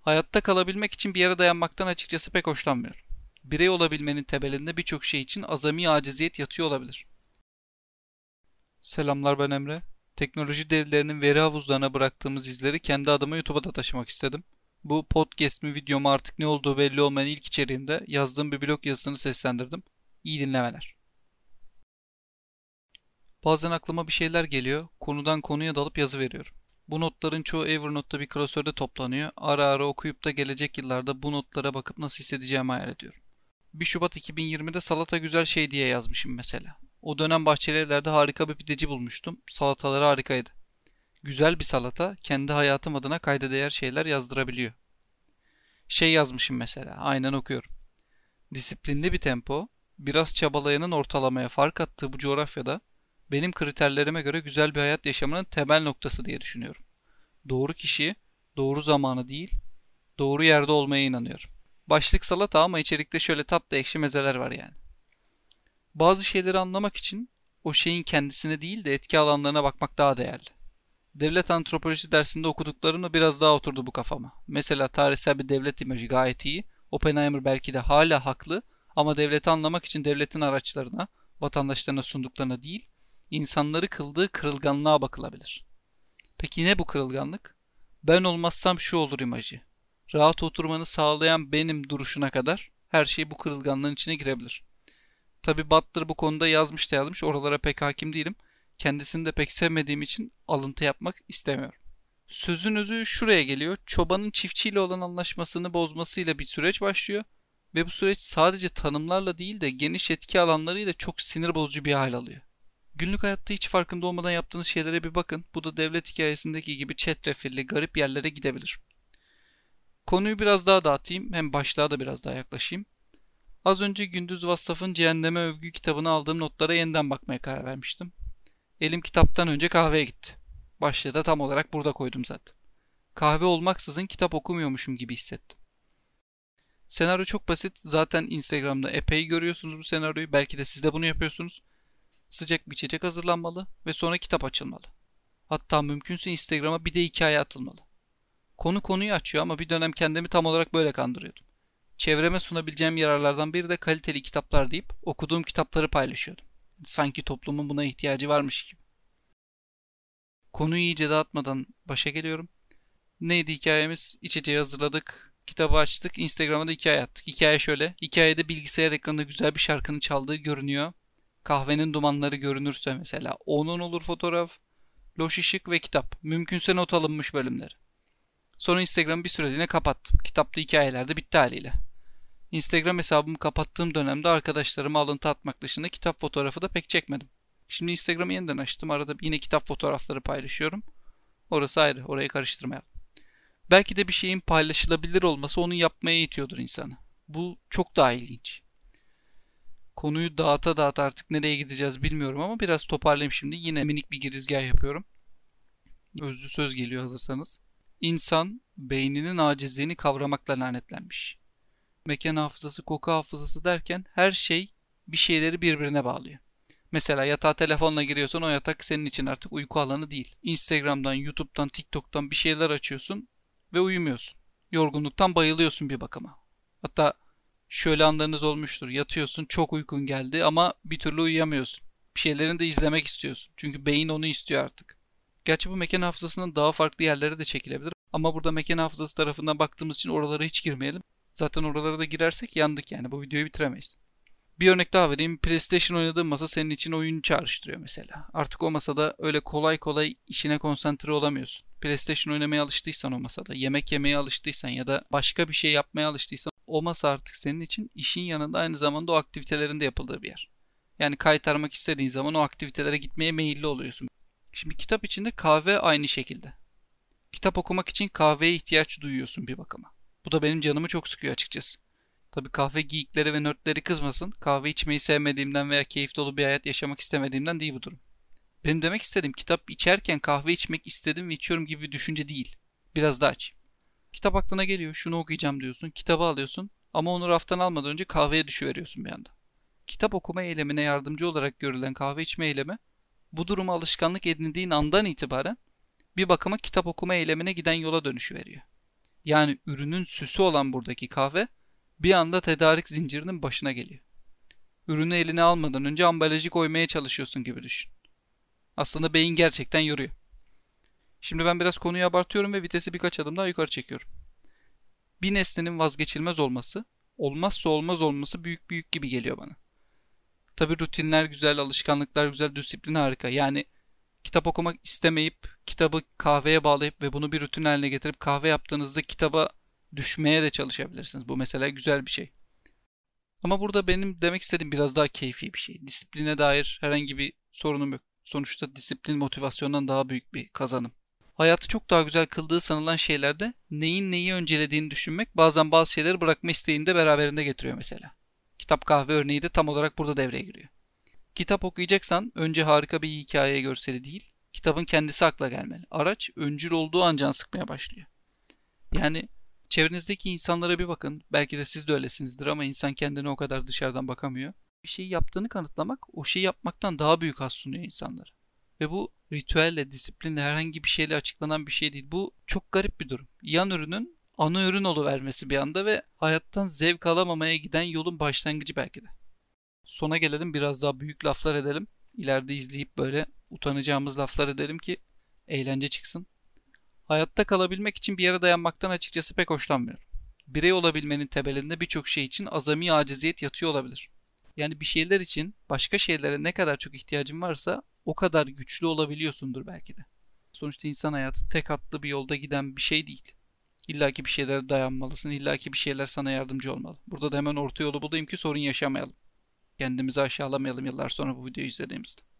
Hayatta kalabilmek için bir yere dayanmaktan açıkçası pek hoşlanmıyorum. Birey olabilmenin temelinde birçok şey için azami aciziyet yatıyor olabilir. Selamlar, ben Emre. Teknoloji devlerinin veri havuzlarına bıraktığımız izleri kendi adıma YouTube'a da taşımak istedim. Bu podcast mi video mu artık ne olduğu belli olmayan ilk içeriğimde yazdığım bir blog yazısını seslendirdim. İyi dinlemeler. Bazen aklıma bir şeyler geliyor, konudan konuya dalıp yazı veriyorum. Bu notların çoğu Evernote'ta bir klasörde toplanıyor. Ara ara okuyup da gelecek yıllarda bu notlara bakıp nasıl hissedeceğimi hayal ediyorum. 1 Şubat 2020'de salata güzel şey diye yazmışım mesela. O dönem Bahçelievler'de harika bir pideci bulmuştum. Salataları harikaydı. Güzel bir salata kendi hayatım adına kayda değer şeyler yazdırabiliyor. Şey yazmışım mesela, aynen okuyorum. Disiplinli bir tempo, biraz çabalayanın ortalamaya fark attığı bu coğrafyada benim kriterlerime göre güzel bir hayat yaşamının temel noktası diye düşünüyorum. Doğru kişi, doğru zamanı değil, doğru yerde olmaya inanıyorum. Başlık salata ama içerikte şöyle tatlı ekşi mezeler var yani. Bazı şeyleri anlamak için o şeyin kendisine değil de etki alanlarına bakmak daha değerli. Devlet antropoloji dersinde okuduklarımla biraz daha oturdu bu kafama. Mesela tarihsel bir devlet imajı gayet iyi. Oppenheimer belki de hala haklı ama devleti anlamak için devletin araçlarına, vatandaşlarına sunduklarına değil, insanları kıldığı kırılganlığa bakılabilir. Peki ne bu kırılganlık? Ben olmazsam şu olur imajı. Rahat oturmanı sağlayan benim duruşuna kadar her şey bu kırılganlığın içine girebilir. Tabi Butler bu konuda yazmış da yazmış. Oralara pek hakim değilim. Kendisini de pek sevmediğim için alıntı yapmak istemiyorum. Sözün özü şuraya geliyor. Çobanın çiftçiyle olan anlaşmasını bozmasıyla bir süreç başlıyor. Ve bu süreç sadece tanımlarla değil de geniş etki alanlarıyla çok sinir bozucu bir hal alıyor. Günlük hayatta hiç farkında olmadan yaptığınız şeylere bir bakın. Bu da devlet hikayesindeki gibi çetrefilli garip yerlere gidebilir. Konuyu biraz daha dağıtayım. Hem başlığa da biraz daha yaklaşayım. Az önce Gündüz Vassaf'ın Cehenneme Övgü kitabını aldığım notlara yeniden bakmaya karar vermiştim. Elim kitaptan önce kahveye gitti. Başlığı da tam olarak burada koydum zaten. Kahve olmaksızın kitap okumuyormuşum gibi hissettim. Senaryo çok basit. Zaten Instagram'da epey görüyorsunuz bu senaryoyu. Belki de siz de bunu yapıyorsunuz. Sıcak bir içecek hazırlanmalı ve sonra kitap açılmalı. Hatta mümkünse Instagram'a bir de hikaye atılmalı. Konu konuyu açıyor ama bir dönem kendimi tam olarak böyle kandırıyordum. Çevreme sunabileceğim yararlardan biri de kaliteli kitaplar deyip okuduğum kitapları paylaşıyordum. Sanki toplumun buna ihtiyacı varmış gibi. Konuyu iyice dağıtmadan başa geliyorum. Neydi hikayemiz? İçeceği hazırladık, kitabı açtık, Instagram'a da hikaye attık. Hikaye şöyle. Hikayede bilgisayar ekranında güzel bir şarkının çaldığı görünüyor. Kahvenin dumanları görünürse mesela. Onun olur fotoğraf, loş ışık ve kitap. Mümkünse not alınmış bölümleri. Sonra Instagram'ı bir süreliğine kapattım. Kitapta hikayeler de bitti haliyle. Instagram hesabımı kapattığım dönemde arkadaşlarıma alıntı atmak dışında kitap fotoğrafı da pek çekmedim. Şimdi Instagram'ı yeniden açtım. Arada yine kitap fotoğrafları paylaşıyorum. Orası ayrı. Orayı karıştırmayalım. Belki de bir şeyin paylaşılabilir olması onu yapmaya itiyordur insanı. Bu çok daha ilginç. Konuyu dağıta dağıta artık nereye gideceğiz bilmiyorum ama biraz toparlayayım şimdi. Yine minik bir girizgah yapıyorum. Özlü söz geliyor hazırsanız. İnsan beyninin acizliğini kavramakla lanetlenmiş. Mekan hafızası, koku hafızası derken her şey bir şeyleri birbirine bağlıyor. Mesela yatağa telefonla giriyorsan o yatak senin için artık uyku alanı değil. Instagram'dan, YouTube'dan, TikTok'tan bir şeyler açıyorsun ve uyumuyorsun. Yorgunluktan bayılıyorsun bir bakıma. Hatta şöyle anlarınız olmuştur. Yatıyorsun, çok uykun geldi ama bir türlü uyuyamıyorsun. Bir şeylerini de izlemek istiyorsun. Çünkü beyin onu istiyor artık. Gerçi bu mekan hafızasının daha farklı yerlere de çekilebilir. Ama burada mekan hafızası tarafından baktığımız için oralara hiç girmeyelim. Zaten oralara da girersek yandık yani. Bu videoyu bitiremeyiz. Bir örnek daha vereyim. PlayStation oynadığın masa senin için oyun çağrıştırıyor mesela. Artık o masada öyle kolay kolay işine konsantre olamıyorsun. PlayStation oynamaya alıştıysan o masada, yemek yemeye alıştıysan ya da başka bir şey yapmaya alıştıysan o masa artık senin için işin yanında aynı zamanda o aktivitelerin de yapıldığı bir yer. Yani kaytarmak istediğin zaman o aktivitelere gitmeye meyilli oluyorsun. Şimdi kitap içinde kahve aynı şekilde. Kitap okumak için kahveye ihtiyaç duyuyorsun bir bakıma. Bu da benim canımı çok sıkıyor açıkçası. Tabii kahve geekleri ve nerdleri kızmasın. Kahve içmeyi sevmediğimden veya keyif dolu bir hayat yaşamak istemediğimden değil bu durum. Benim demek istediğim kitap içerken kahve içmek istedim ve içiyorum gibi bir düşünce değil. Biraz daha açayım. Kitap aklına geliyor. Şunu okuyacağım diyorsun. Kitabı alıyorsun. Ama onu raftan almadan önce kahveye düşüveriyorsun bir anda. Kitap okuma eylemine yardımcı olarak görülen kahve içme eylemi bu duruma alışkanlık edindiğin andan itibaren bir bakıma kitap okuma eylemine giden yola dönüşü veriyor. Yani ürünün süsü olan buradaki kahve bir anda tedarik zincirinin başına geliyor. Ürünü eline almadan önce ambalajı koymaya çalışıyorsun gibi düşün. Aslında beyin gerçekten yoruyor. Şimdi ben biraz konuyu abartıyorum ve vitesi birkaç adım daha yukarı çekiyorum. Bir nesnenin vazgeçilmez olması, olmazsa olmaz olması büyük bir yük gibi geliyor bana. Tabii rutinler güzel, alışkanlıklar güzel, disiplin harika. Yani kitap okumak istemeyip kitabı kahveye bağlayıp ve bunu bir rutin haline getirip kahve yaptığınızda kitaba düşmeye de çalışabilirsiniz. Bu mesela güzel bir şey. Ama burada benim demek istediğim biraz daha keyfi bir şey. Disipline dair herhangi bir sorunum yok. Sonuçta disiplin motivasyondan daha büyük bir kazanım. Hayatı çok daha güzel kıldığı sanılan şeylerde neyin neyi öncelediğini düşünmek bazen bazı şeyleri bırakma isteğini de beraberinde getiriyor mesela. Kitap kahve örneği de tam olarak burada devreye giriyor. Kitap okuyacaksan önce harika bir hikaye görseli değil, kitabın kendisi akla gelmeli. Araç öncül olduğu an can sıkmaya başlıyor. Yani çevrenizdeki insanlara bir bakın. Belki de siz de öylesinizdir ama insan kendine o kadar dışarıdan bakamıyor. Bir şeyi yaptığını kanıtlamak o şeyi yapmaktan daha büyük haz sunuyor insanlara. Ve bu ritüelle, disiplinle herhangi bir şeyle açıklanan bir şey değil. Bu çok garip bir durum. Yan ürünün ana ürün oluvermesi bir anda ve hayattan zevk alamamaya giden yolun başlangıcı belki de. Sona gelelim, biraz daha büyük laflar edelim. İleride izleyip böyle utanacağımız laflar edelim ki eğlence çıksın. Hayatta kalabilmek için bir yere dayanmaktan açıkçası pek hoşlanmıyorum. Birey olabilmenin temelinde birçok şey için azami aciziyet yatıyor olabilir. Yani bir şeyler için başka şeylere ne kadar çok ihtiyacın varsa o kadar güçlü olabiliyorsundur belki de. Sonuçta insan hayatı tek hatlı bir yolda giden bir şey değil. İlla ki bir şeylere dayanmalısın, illa ki bir şeyler sana yardımcı olmalı. Burada da hemen orta yolu bulayım ki sorun yaşamayalım. Kendimizi aşağılamayalım yıllar sonra bu videoyu izlediğimizde.